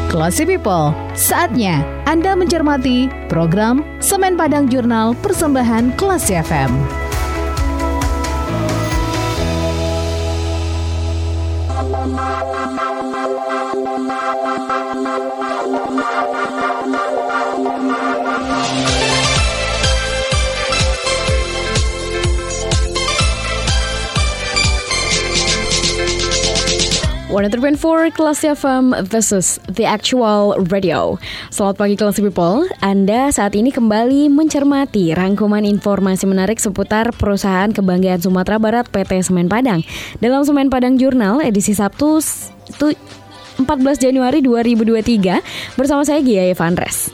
Classy People, saatnya Anda mencermati program Semen Padang Jurnal persembahan Classy FM. One 103.4 Classy FM, this is the actual radio. Selamat pagi Classy People, Anda saat ini kembali mencermati rangkuman informasi menarik seputar perusahaan kebanggaan Sumatera Barat PT Semen Padang dalam Semen Padang Jurnal edisi Sabtu 14 Januari 2023 bersama saya Gia Evandres.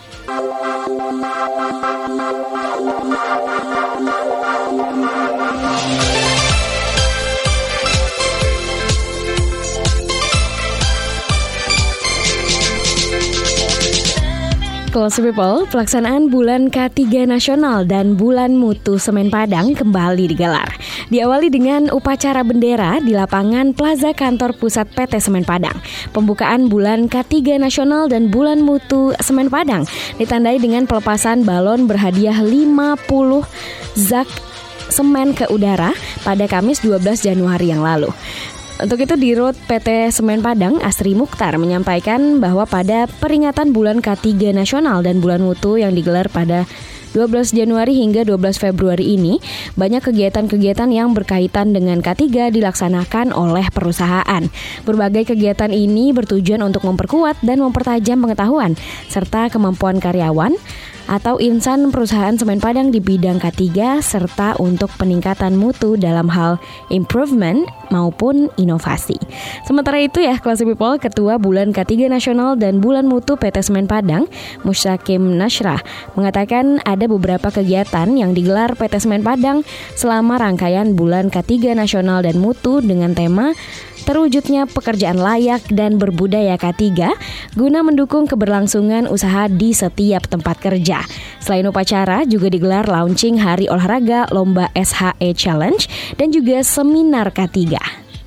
Classy People, pelaksanaan Bulan K3 Nasional dan Bulan Mutu Semen Padang kembali digelar. Diawali dengan upacara bendera di lapangan Plaza Kantor Pusat PT Semen Padang. Pembukaan Bulan K3 Nasional dan Bulan Mutu Semen Padang ditandai dengan pelepasan balon berhadiah 50 zak semen ke udara pada Kamis 12 Januari yang lalu. Untuk itu Dirut PT Semen Padang Asri Mukhtar menyampaikan bahwa pada peringatan Bulan K3 Nasional dan Bulan Mutu yang digelar pada 12 Januari hingga 12 Februari ini, banyak kegiatan-kegiatan yang berkaitan dengan K3 dilaksanakan oleh perusahaan. Berbagai kegiatan ini bertujuan untuk memperkuat dan mempertajam pengetahuan serta kemampuan karyawan atau insan perusahaan Semen Padang di bidang K3 serta untuk peningkatan mutu dalam hal improvement maupun inovasi. Sementara itu ya Classy People, Ketua Bulan K3 Nasional dan Bulan Mutu PT Semen Padang, Musyakim Nasrah, mengatakan ada beberapa kegiatan yang digelar PT Semen Padang selama rangkaian Bulan K3 Nasional dan Mutu dengan tema terwujudnya pekerjaan layak dan berbudaya K3 guna mendukung keberlangsungan usaha di setiap tempat kerja. Selain upacara, juga digelar launching Hari Olahraga, Lomba SHE Challenge, dan juga seminar K3.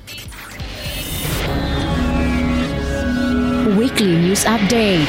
Weekly News Update.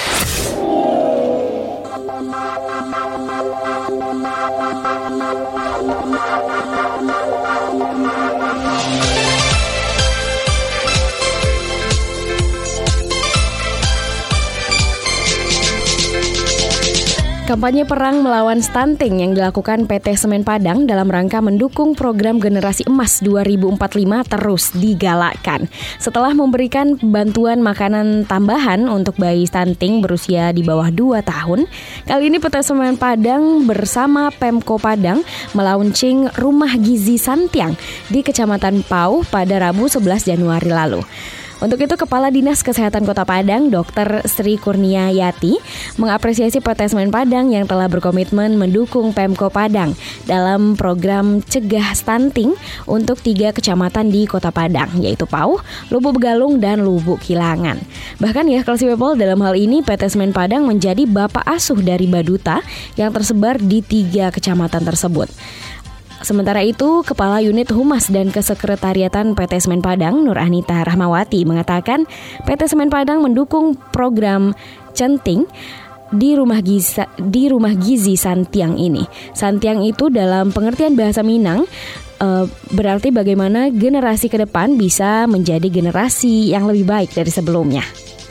Kampanye perang melawan stunting yang dilakukan PT Semen Padang dalam rangka mendukung program Generasi Emas 2045 terus digalakkan. Setelah memberikan bantuan makanan tambahan untuk bayi stunting berusia di bawah 2 tahun, kali ini PT Semen Padang bersama Pemko Padang melaunching Rumah Gizi Santiang di Kecamatan Pauh pada Rabu 11 Januari lalu. Untuk itu, Kepala Dinas Kesehatan Kota Padang, Dr. Sri Kurnia Yati, mengapresiasi PT Semen Padang yang telah berkomitmen mendukung Pemko Padang dalam program cegah stunting untuk 3 kecamatan di Kota Padang, yaitu Pauh, Lubuk Begalung, dan Lubuk Kilangan. Bahkan ya, Classy People, dalam hal ini PT Semen Padang menjadi bapak asuh dari Baduta yang tersebar di 3 kecamatan tersebut. Sementara itu, Kepala Unit Humas dan Kesekretariatan PT Semen Padang, Nur Anita Rahmawati, mengatakan PT Semen Padang mendukung program centing di Rumah Gizi Santiang ini. Santiang itu dalam pengertian bahasa Minang berarti bagaimana generasi ke depan bisa menjadi generasi yang lebih baik dari sebelumnya.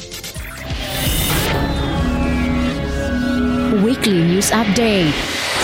Weekly News Update.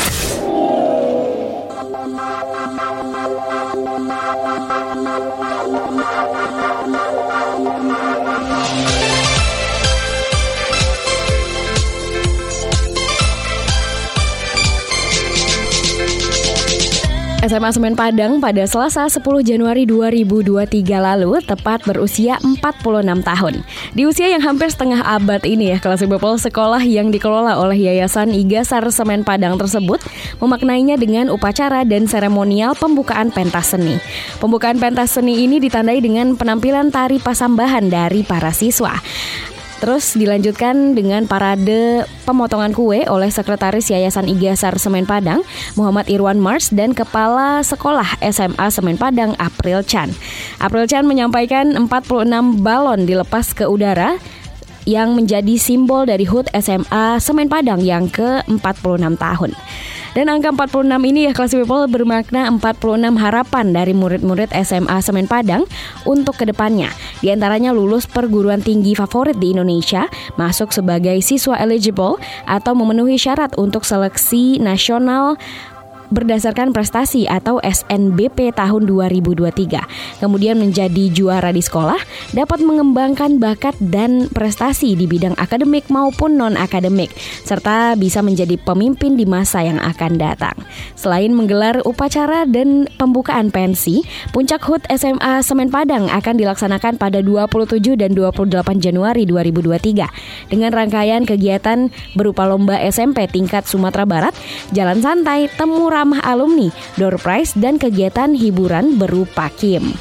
SMA Semen Padang pada Selasa 10 Januari 2023 lalu tepat berusia 46 tahun. Di usia yang hampir setengah abad ini ya, Classy People, sekolah yang dikelola oleh Yayasan Igasar Semen Padang tersebut memaknainya dengan upacara dan seremonial pembukaan pentas seni. Pembukaan pentas seni ini ditandai dengan penampilan tari pasambahan dari para siswa. Terus dilanjutkan dengan parade pemotongan kue oleh Sekretaris Yayasan Igasar Semen Padang, Muhammad Irwan Mars, dan Kepala Sekolah SMA Semen Padang, April Chan. April Chan menyampaikan 46 balon dilepas ke udara yang menjadi simbol dari HUT SMA Semen Padang yang ke-46 tahun. Dan angka 46 ini ya Classy People bermakna 46 harapan dari murid-murid SMA Semen Padang untuk kedepannya. Di antaranya lulus perguruan tinggi favorit di Indonesia, masuk sebagai siswa eligible atau memenuhi syarat untuk seleksi nasional berdasarkan prestasi atau SNBP tahun 2023. Kemudian menjadi juara di sekolah, dapat mengembangkan bakat dan prestasi di bidang akademik maupun non-akademik, serta bisa menjadi pemimpin di masa yang akan datang. Selain menggelar upacara dan pembukaan pensi, Puncak HUT SMA Semen Padang akan dilaksanakan pada 27 dan 28 Januari 2023 dengan rangkaian kegiatan berupa lomba SMP tingkat Sumatera Barat, jalan santai, temu ramah alumni, door prize, dan kegiatan hiburan berupa KIM.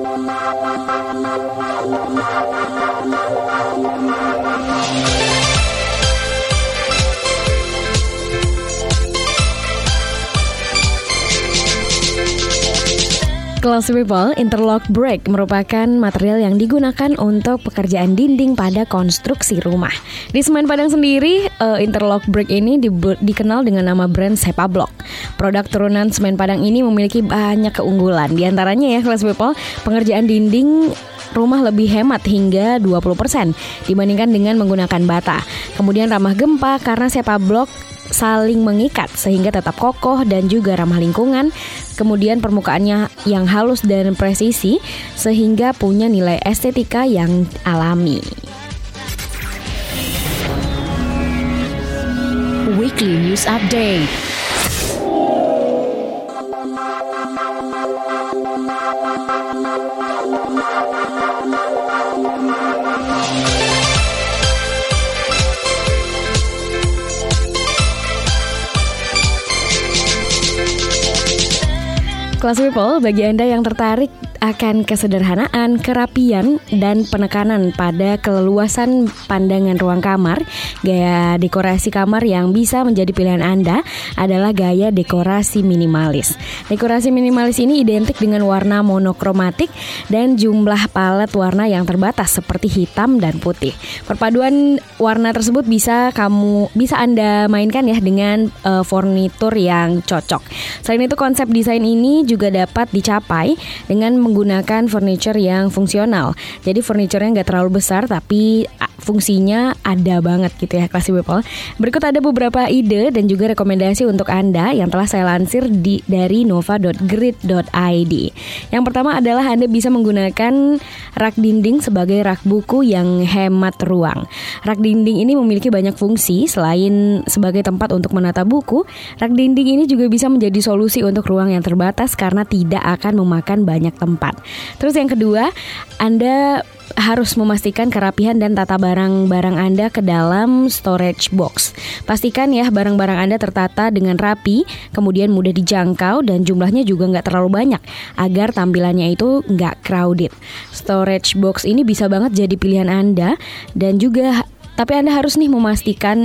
Classy People, interlock brick merupakan material yang digunakan untuk pekerjaan dinding pada konstruksi rumah. Di Semen Padang sendiri, interlock brick ini dikenal dengan nama brand Sepablock. Produk turunan Semen Padang ini memiliki banyak keunggulan. Di antaranya ya Classy People, pengerjaan dinding rumah lebih hemat hingga 20% dibandingkan dengan menggunakan bata. Kemudian ramah gempa karena Sepablock saling mengikat sehingga tetap kokoh dan juga ramah lingkungan. Kemudian permukaannya yang halus dan presisi sehingga punya nilai estetika yang alami. Weekly News Update. Classy People, bagi Anda yang tertarik akan kesederhanaan, kerapian, dan penekanan pada keleluasan pandangan ruang kamar, gaya dekorasi kamar yang bisa menjadi pilihan Anda adalah gaya dekorasi minimalis. Dekorasi minimalis ini identik dengan warna monokromatik dan jumlah palet warna yang terbatas seperti hitam dan putih. Perpaduan warna tersebut bisa Anda mainkan ya dengan furnitur yang cocok. Selain itu, konsep desain ini juga dapat dicapai dengan menggunakan furniture yang fungsional. Jadi furniturnya nggak terlalu besar tapi fungsinya ada banget gitu ya Classy People. Berikut ada beberapa ide dan juga rekomendasi untuk Anda yang telah saya lansir dari nova.grid.id. Yang pertama adalah Anda bisa menggunakan rak dinding sebagai rak buku yang hemat ruang. Rak dinding ini memiliki banyak fungsi. Selain sebagai tempat untuk menata buku, rak dinding ini juga bisa menjadi solusi untuk ruang yang terbatas karena tidak akan memakan banyak tempat. Terus yang kedua, Anda harus memastikan kerapihan dan tata barang-barang Anda ke dalam storage box. Pastikan ya barang-barang Anda tertata dengan rapi, kemudian mudah dijangkau dan jumlahnya juga nggak terlalu banyak agar tampilannya itu nggak crowded. Storage box ini bisa banget jadi pilihan Anda dan juga tapi Anda harus nih memastikan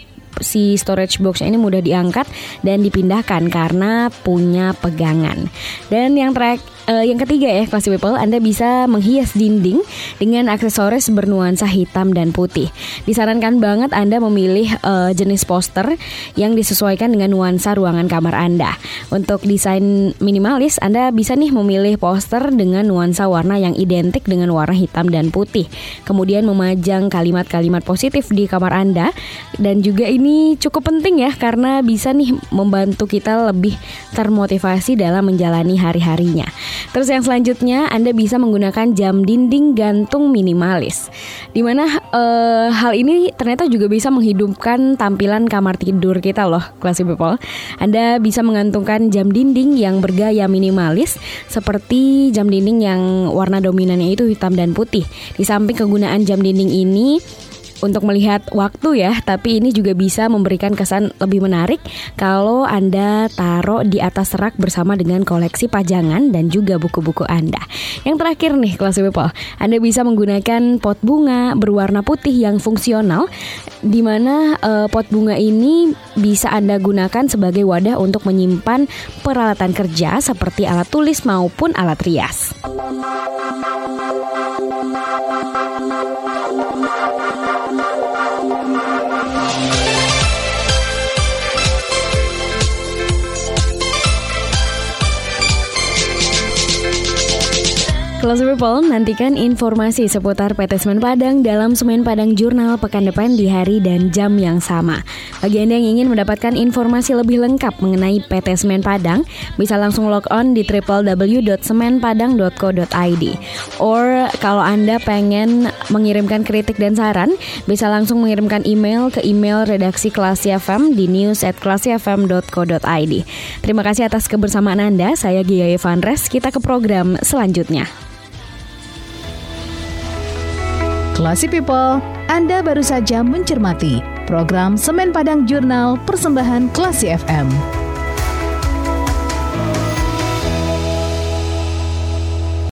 si storage box ini mudah diangkat dan dipindahkan karena punya pegangan. Dan yang ketiga ya Classy People, Anda bisa menghias dinding dengan aksesoris bernuansa hitam dan putih. Disarankan banget Anda memilih jenis poster yang disesuaikan dengan nuansa ruangan kamar Anda. Untuk desain minimalis, Anda bisa nih memilih poster dengan nuansa warna yang identik dengan warna hitam dan putih. Kemudian memajang kalimat-kalimat positif di kamar Anda. Dan juga ini cukup penting ya karena bisa nih membantu kita lebih termotivasi dalam menjalani hari-harinya. Terus yang selanjutnya, Anda bisa menggunakan jam dinding gantung minimalis, dimana hal ini ternyata juga bisa menghidupkan tampilan kamar tidur kita loh Classy People. Anda bisa mengantungkan jam dinding yang bergaya minimalis seperti jam dinding yang warna dominannya itu hitam dan putih. Di samping kegunaan jam dinding ini, untuk melihat waktu ya, tapi ini juga bisa memberikan kesan lebih menarik kalau Anda taruh di atas rak bersama dengan koleksi pajangan dan juga buku-buku Anda. Yang terakhir nih, Classy People, Anda bisa menggunakan pot bunga berwarna putih yang fungsional, di mana pot bunga ini bisa Anda gunakan sebagai wadah untuk menyimpan peralatan kerja seperti alat tulis maupun alat rias. Classy People, nantikan informasi seputar PT Semen Padang dalam Semen Padang Jurnal pekan depan di hari dan jam yang sama. Bagi Anda yang ingin mendapatkan informasi lebih lengkap mengenai PT Semen Padang, bisa langsung log on di www.semenpadang.co.id. Or kalau Anda pengen mengirimkan kritik dan saran, bisa langsung mengirimkan email ke email redaksi Classy FM di news@classyfm.co.id. Terima kasih atas kebersamaan Anda. Saya Gia Evanres. Kita ke program selanjutnya. Classy People, Anda baru saja mencermati program Semen Padang Jurnal persembahan Classy FM.